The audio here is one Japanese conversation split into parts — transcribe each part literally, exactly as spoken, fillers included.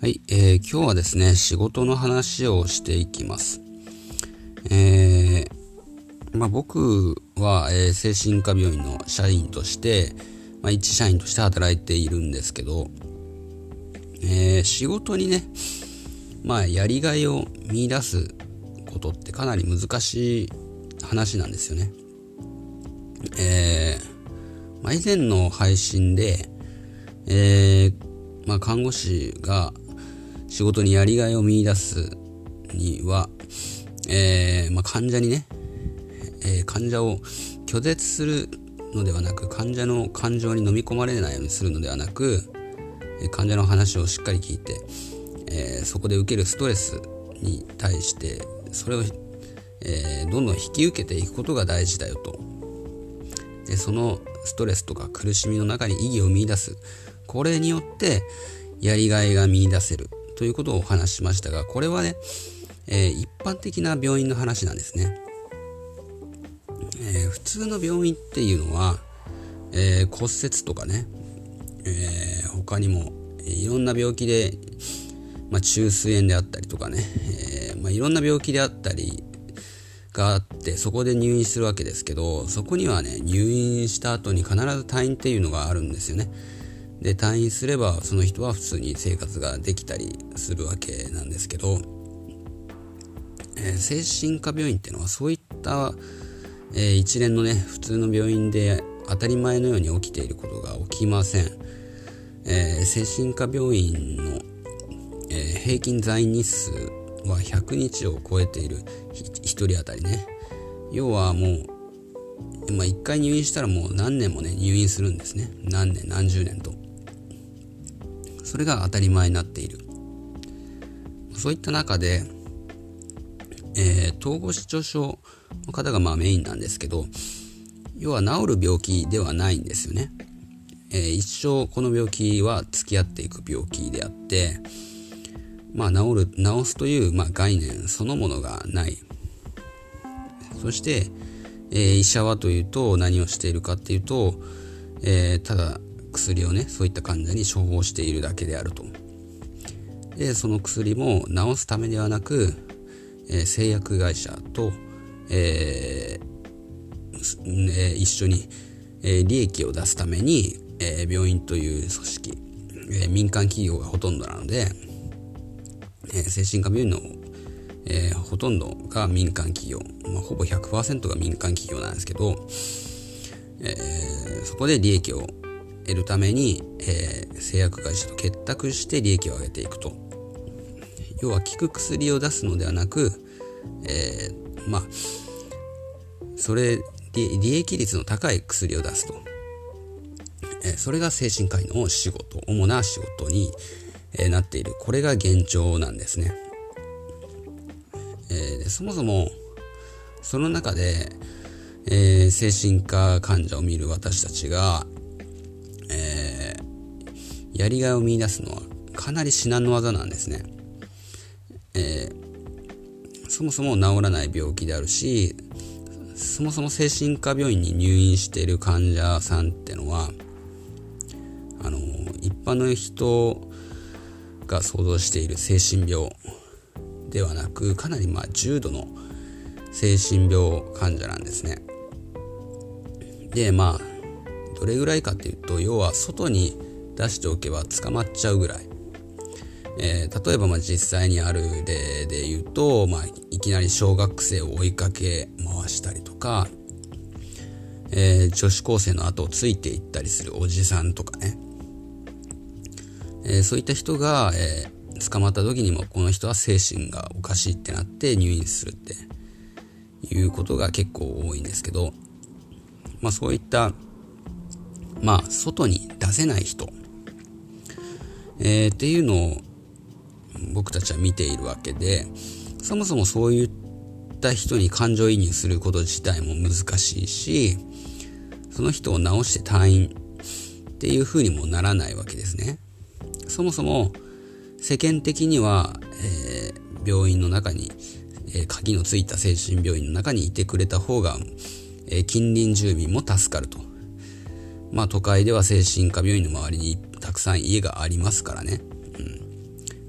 はい、えー、今日はですね、仕事の話をしていきます。えー、まあ僕は、えー、精神科病院の社員として、まあ、一社員として働いているんですけど、えー、仕事にね、まあやりがいを見出すことってかなり難しい話なんですよね。えー、まあ、以前の配信で、えー、まあ看護師が仕事にやりがいを見出すには、えーまあ、患者にね、えー、患者を拒絶するのではなく、患者の感情に飲み込まれないようにするのではなく、患者の話をしっかり聞いて、えー、そこで受けるストレスに対してそれを、えー、どんどん引き受けていくことが大事だよと。でそのストレスとか苦しみの中に意義を見出す、これによってやりがいが見出せるということをお話ししましたが、これはね、えー、一般的な病院の話なんですね。えー、普通の病院っていうのは、えー、骨折とかね、えー、他にもいろんな病気で、まあ、中枢炎であったりとかね、えーまあ、いろんな病気であったりがあって、そこで入院するわけですけど、そこにはね、入院した後に必ず退院っていうのがあるんですよね。で退院すればその人は普通に生活ができたりするわけなんですけど、えー、精神科病院っていうのはそういった、えー、一連のね普通の病院で当たり前のように起きていることが起きません。えー、精神科病院の、えー、平均在院日数はひゃくにちを超えている、ひとり当たりね。要はもう、まあ、いっかい入院したらもう何年もね入院するんですね。何年何十年と。それが当たり前になっている。そういった中で、えー、統合失調症の方がまあメインなんですけど、要は治る病気ではないんですよね。えー、一生この病気は付き合っていく病気であって、まあ治る、治すという、まあ、概念そのものがない。そして、えー、医者はというと何をしているかっていうと、えー、ただ薬をねそういった患者に処方しているだけであると。でその薬も治すためではなく、えー、製薬会社と、えーえー、一緒に、えー、利益を出すために、えー、病院という組織、えー、民間企業がほとんどなので、えー、精神科病院の、えー、ほとんどが民間企業、まあ、ほぼ ひゃくパーセント が民間企業なんですけど、えー、そこで利益を得るために、えー、製薬会社と結託して利益を上げていくと。要は効く薬を出すのではなく、えー、まあそれ利益率の高い薬を出すと、えー、それが精神科医の仕事、主な仕事に、えー、なっている。これが現状なんですね。えー、でそもそもその中で、えー、精神科患者を見る私たちが、えー、やりがいを見出すのはかなり至難の業なんですね。えー、そもそも治らない病気であるし、そもそも精神科病院に入院している患者さんってのは、あの一般の人が想像している精神病ではなく、かなりまあ重度の精神病患者なんですね。でまあどれぐらいかっていうと、要は外に出しておけば捕まっちゃうぐらい。えー、例えばまあ実際にある例で言うと、まあ、いきなり小学生を追いかけ回したりとか、えー、女子高生の後をついていったりするおじさんとかね、えー、そういった人が、えー、捕まった時にもこの人は精神がおかしいってなって入院するっていうことが結構多いんですけど、まあそういったまあ外に出せない人、えー、っていうのを僕たちは見ているわけで、そもそもそういった人に感情移入すること自体も難しいし、その人を治して退院っていう風にもならないわけですね。そもそも世間的には、えー、病院の中に、えー、鍵のついた精神病院の中にいてくれた方が、えー、近隣住民も助かると。まあ都会では精神科病院の周りにたくさん家がありますからね。うん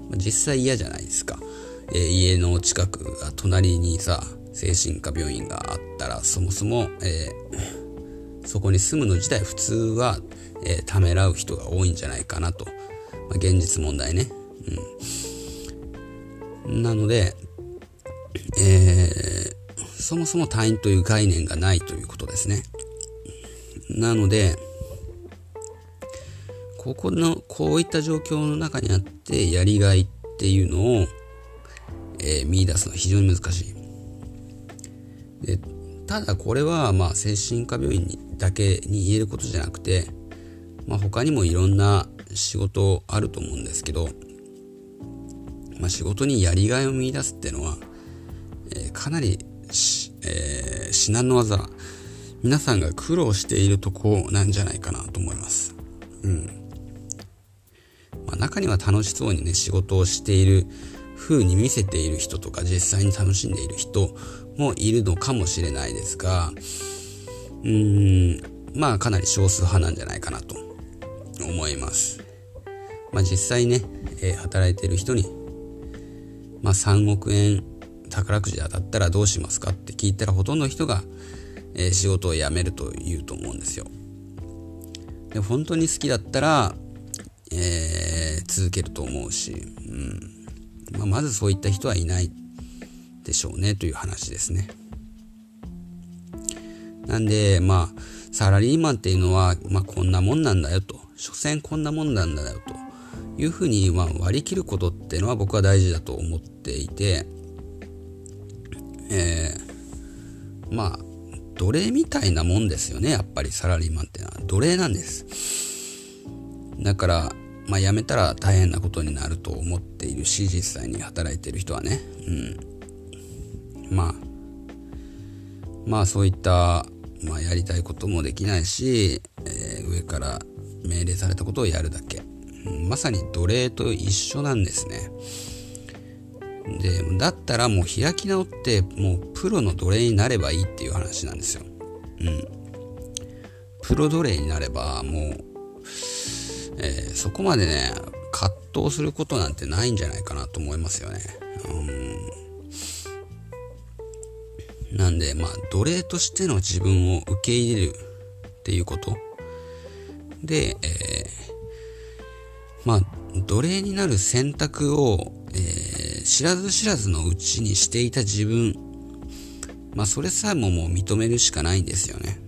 実際嫌じゃないですか。えー、家の近くが隣にさ精神科病院があったらそもそも、えー、そこに住むの自体普通は、えー、ためらう人が多いんじゃないかなと、まあ、現実問題ね、うん、なので、えー、そもそも退院という概念がないということですね。なのでここのこういった状況の中にあってやりがいっていうのを、えー、見出すのは非常に難しい。でただこれはまあ精神科病院にだけに言えることじゃなくて、まあ、他にもいろんな仕事あると思うんですけど、まあ、仕事にやりがいを見出すっていうのは、えー、かなり、えー、至難の業、皆さんが苦労しているとこなんじゃないかなと思います。うんまあ、中には楽しそうにね仕事をしている風に見せている人とか実際に楽しんでいる人もいるのかもしれないですが、うーんまあかなり少数派なんじゃないかなと思います。まあ実際ね、えー、働いている人に、まあ、さんおくえん宝くじ当たったらどうしますかって聞いたらほとんどの人が、えー、仕事を辞めると言うと思うんですよ。で本当に好きだったら、えー、続けると思うし、うんまあ、まずそういった人はいないでしょうねという話ですね。なんでまあサラリーマンっていうのは、まあ、こんなもんなんだよと、所詮こんなもんなんだよというふうに、まあ、割り切ることっていうのは僕は大事だと思っていて、えー、まあ奴隷みたいなもんですよね。やっぱりサラリーマンってのは奴隷なんです。だから、まあ、辞めたら大変なことになると思っているし、実際に働いている人はね、うん、まあまあそういった、まあ、やりたいこともできないし、えー、上から命令されたことをやるだけ、うん、まさに奴隷と一緒なんですね。でだったらもう開き直ってもうプロの奴隷になればいいっていう話なんですよ。うん、プロ奴隷になればもう、えー、そこまでね葛藤することなんてないんじゃないかなと思いますよね。うんなんでまあ奴隷としての自分を受け入れるっていうことで、えー、まあ奴隷になる選択を、えー、知らず知らずのうちにしていた自分、まあそれさえももう認めるしかないんですよね。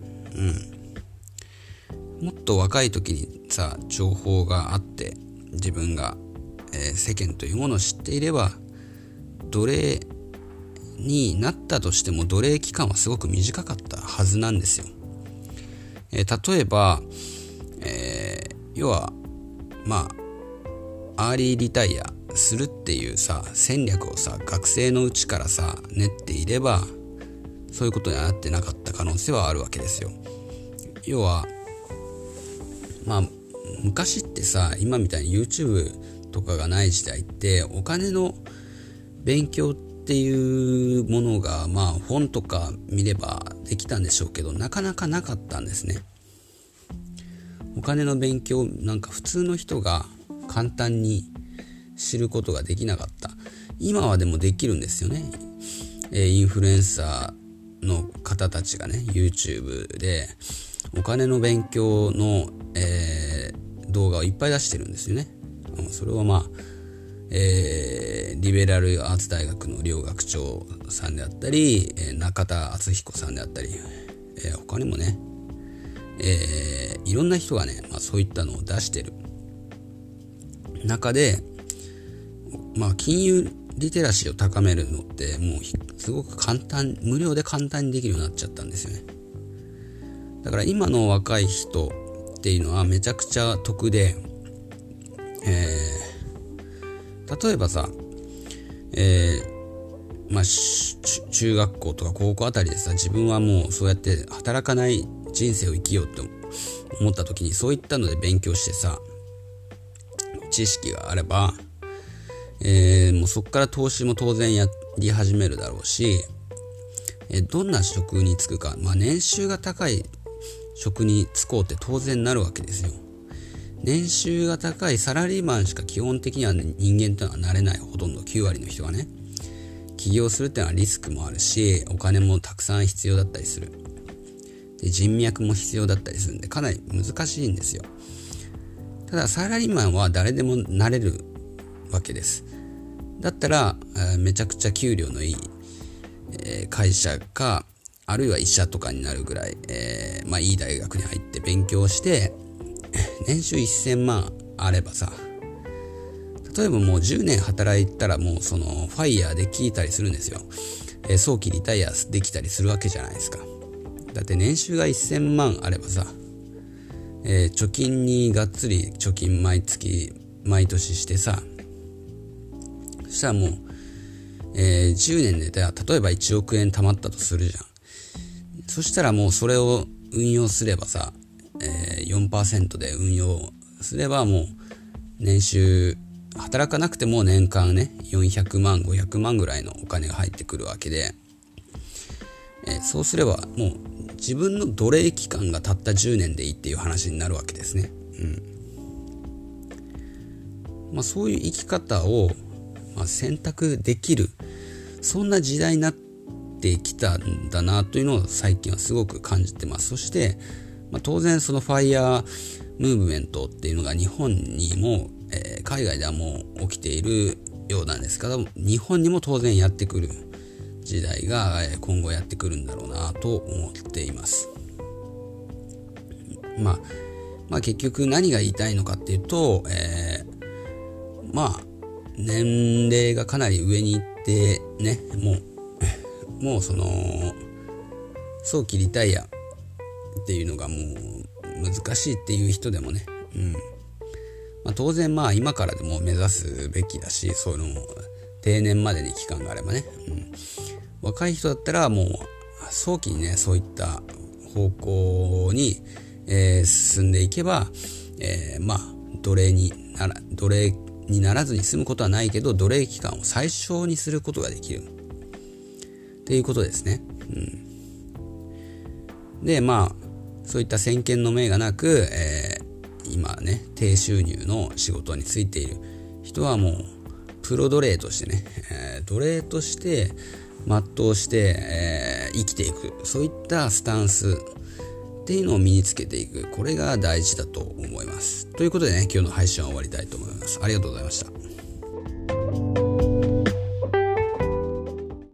うんもっと若い時にさ情報があって自分が、えー、世間というものを知っていれば奴隷になったとしても奴隷期間はすごく短かったはずなんですよ。えー、例えば、えー、要はまあアーリーリタイアするっていうさ戦略をさ学生のうちからさ練っていればそういうことになってなかった可能性はあるわけですよ。要はまあ昔ってさ今みたいに YouTube とかがない時代ってお金の勉強っていうものがまあ本とか見ればできたんでしょうけどなかなかなかったんですね。お金の勉強なんか普通の人が簡単に知ることができなかった。今はでもできるんですよね。えー、インフルエンサーの方たちがね YouTube でお金の勉強の、えー、動画をいっぱい出してるんですよね。それはまあ、えー、リベラルアーツ大学の両学長さんであったり、えー、中田敦彦さんであったり、えー、他にもね、えー、いろんな人がね、まあ、そういったのを出してる中で、まあ、金融リテラシーを高めるのってもうすごく簡単無料で簡単にできるようになっちゃったんですよね。だから今の若い人っていうのはめちゃくちゃ得で、えー、例えばさ、えーまあ、中学校とか高校あたりでさ自分はもうそうやって働かない人生を生きようと思った時にそういったので勉強してさ知識があれば、えー、もうそこから投資も当然やり始めるだろうし、えー、どんな職に就くか、まあ、年収が高い職に就こうって当然なるわけですよ。 年収が高いサラリーマンしか基本的には人間というのはなれない。ほとんどきゅう割の人がね、起業するっていうのはリスクもあるし、お金もたくさん必要だったりする。で、人脈も必要だったりするんで、かなり難しいんですよ。ただサラリーマンは誰でもなれるわけです。だったら、えー、めちゃくちゃ給料のいい、えー、会社か、あるいは医者とかになるぐらい、えー、まあいい大学に入って勉強して年収せんまんあればさ、例えばもうじゅうねん働いたらもうそのファイヤーできたりするんですよ。えー、早期リタイアできたりするわけじゃないですか。だって年収がせんまんあればさ、えー、貯金にがっつり貯金毎月毎年してさ、そしたらもう、えー、じゅうねんで例えばいちおくえん貯まったとするじゃん。そしたらもうそれを運用すればさ、えー、よんパーセント で運用すればもう年収働かなくても年間ねよんひゃくまんごひゃくまんぐらいのお金が入ってくるわけで、えー、そうすればもう自分の奴隷期間がたったじゅうねんでいいっていう話になるわけですね。うんまあ、そういう生き方を、まあ、選択できる、そんな時代になってきたんだなというのを最近はすごく感じてます。そして、まあ、当然そのファイヤームーブメントっていうのが日本にも、えー、海外ではもう起きているようなんですけど、日本にも当然やってくる時代が今後やってくるんだろうなと思っています。まあ、まあ結局何が言いたいのかっていうと、えー、まあ年齢がかなり上に行ってね、もうもうその早期リタイアっていうのがもう難しいっていう人でもね、うんまあ、当然まあ今からでも目指すべきだし、そういうのも定年までに期間があればね、うん、若い人だったらもう早期にねそういった方向に、えー、進んでいけば、えー、まあ奴隷になら奴隷にならずに済むことはないけど、奴隷期間を最小にすることができるっていうことですね。うん、でまあそういった先見の明がなく、えー、今ね低収入の仕事についている人はもうプロ奴隷としてね、えー、奴隷として全うして、えー、生きていく、そういったスタンスっていうのを身につけていく、これが大事だと思います。ということでね、今日の配信は終わりたいと思います。ありがとうございました。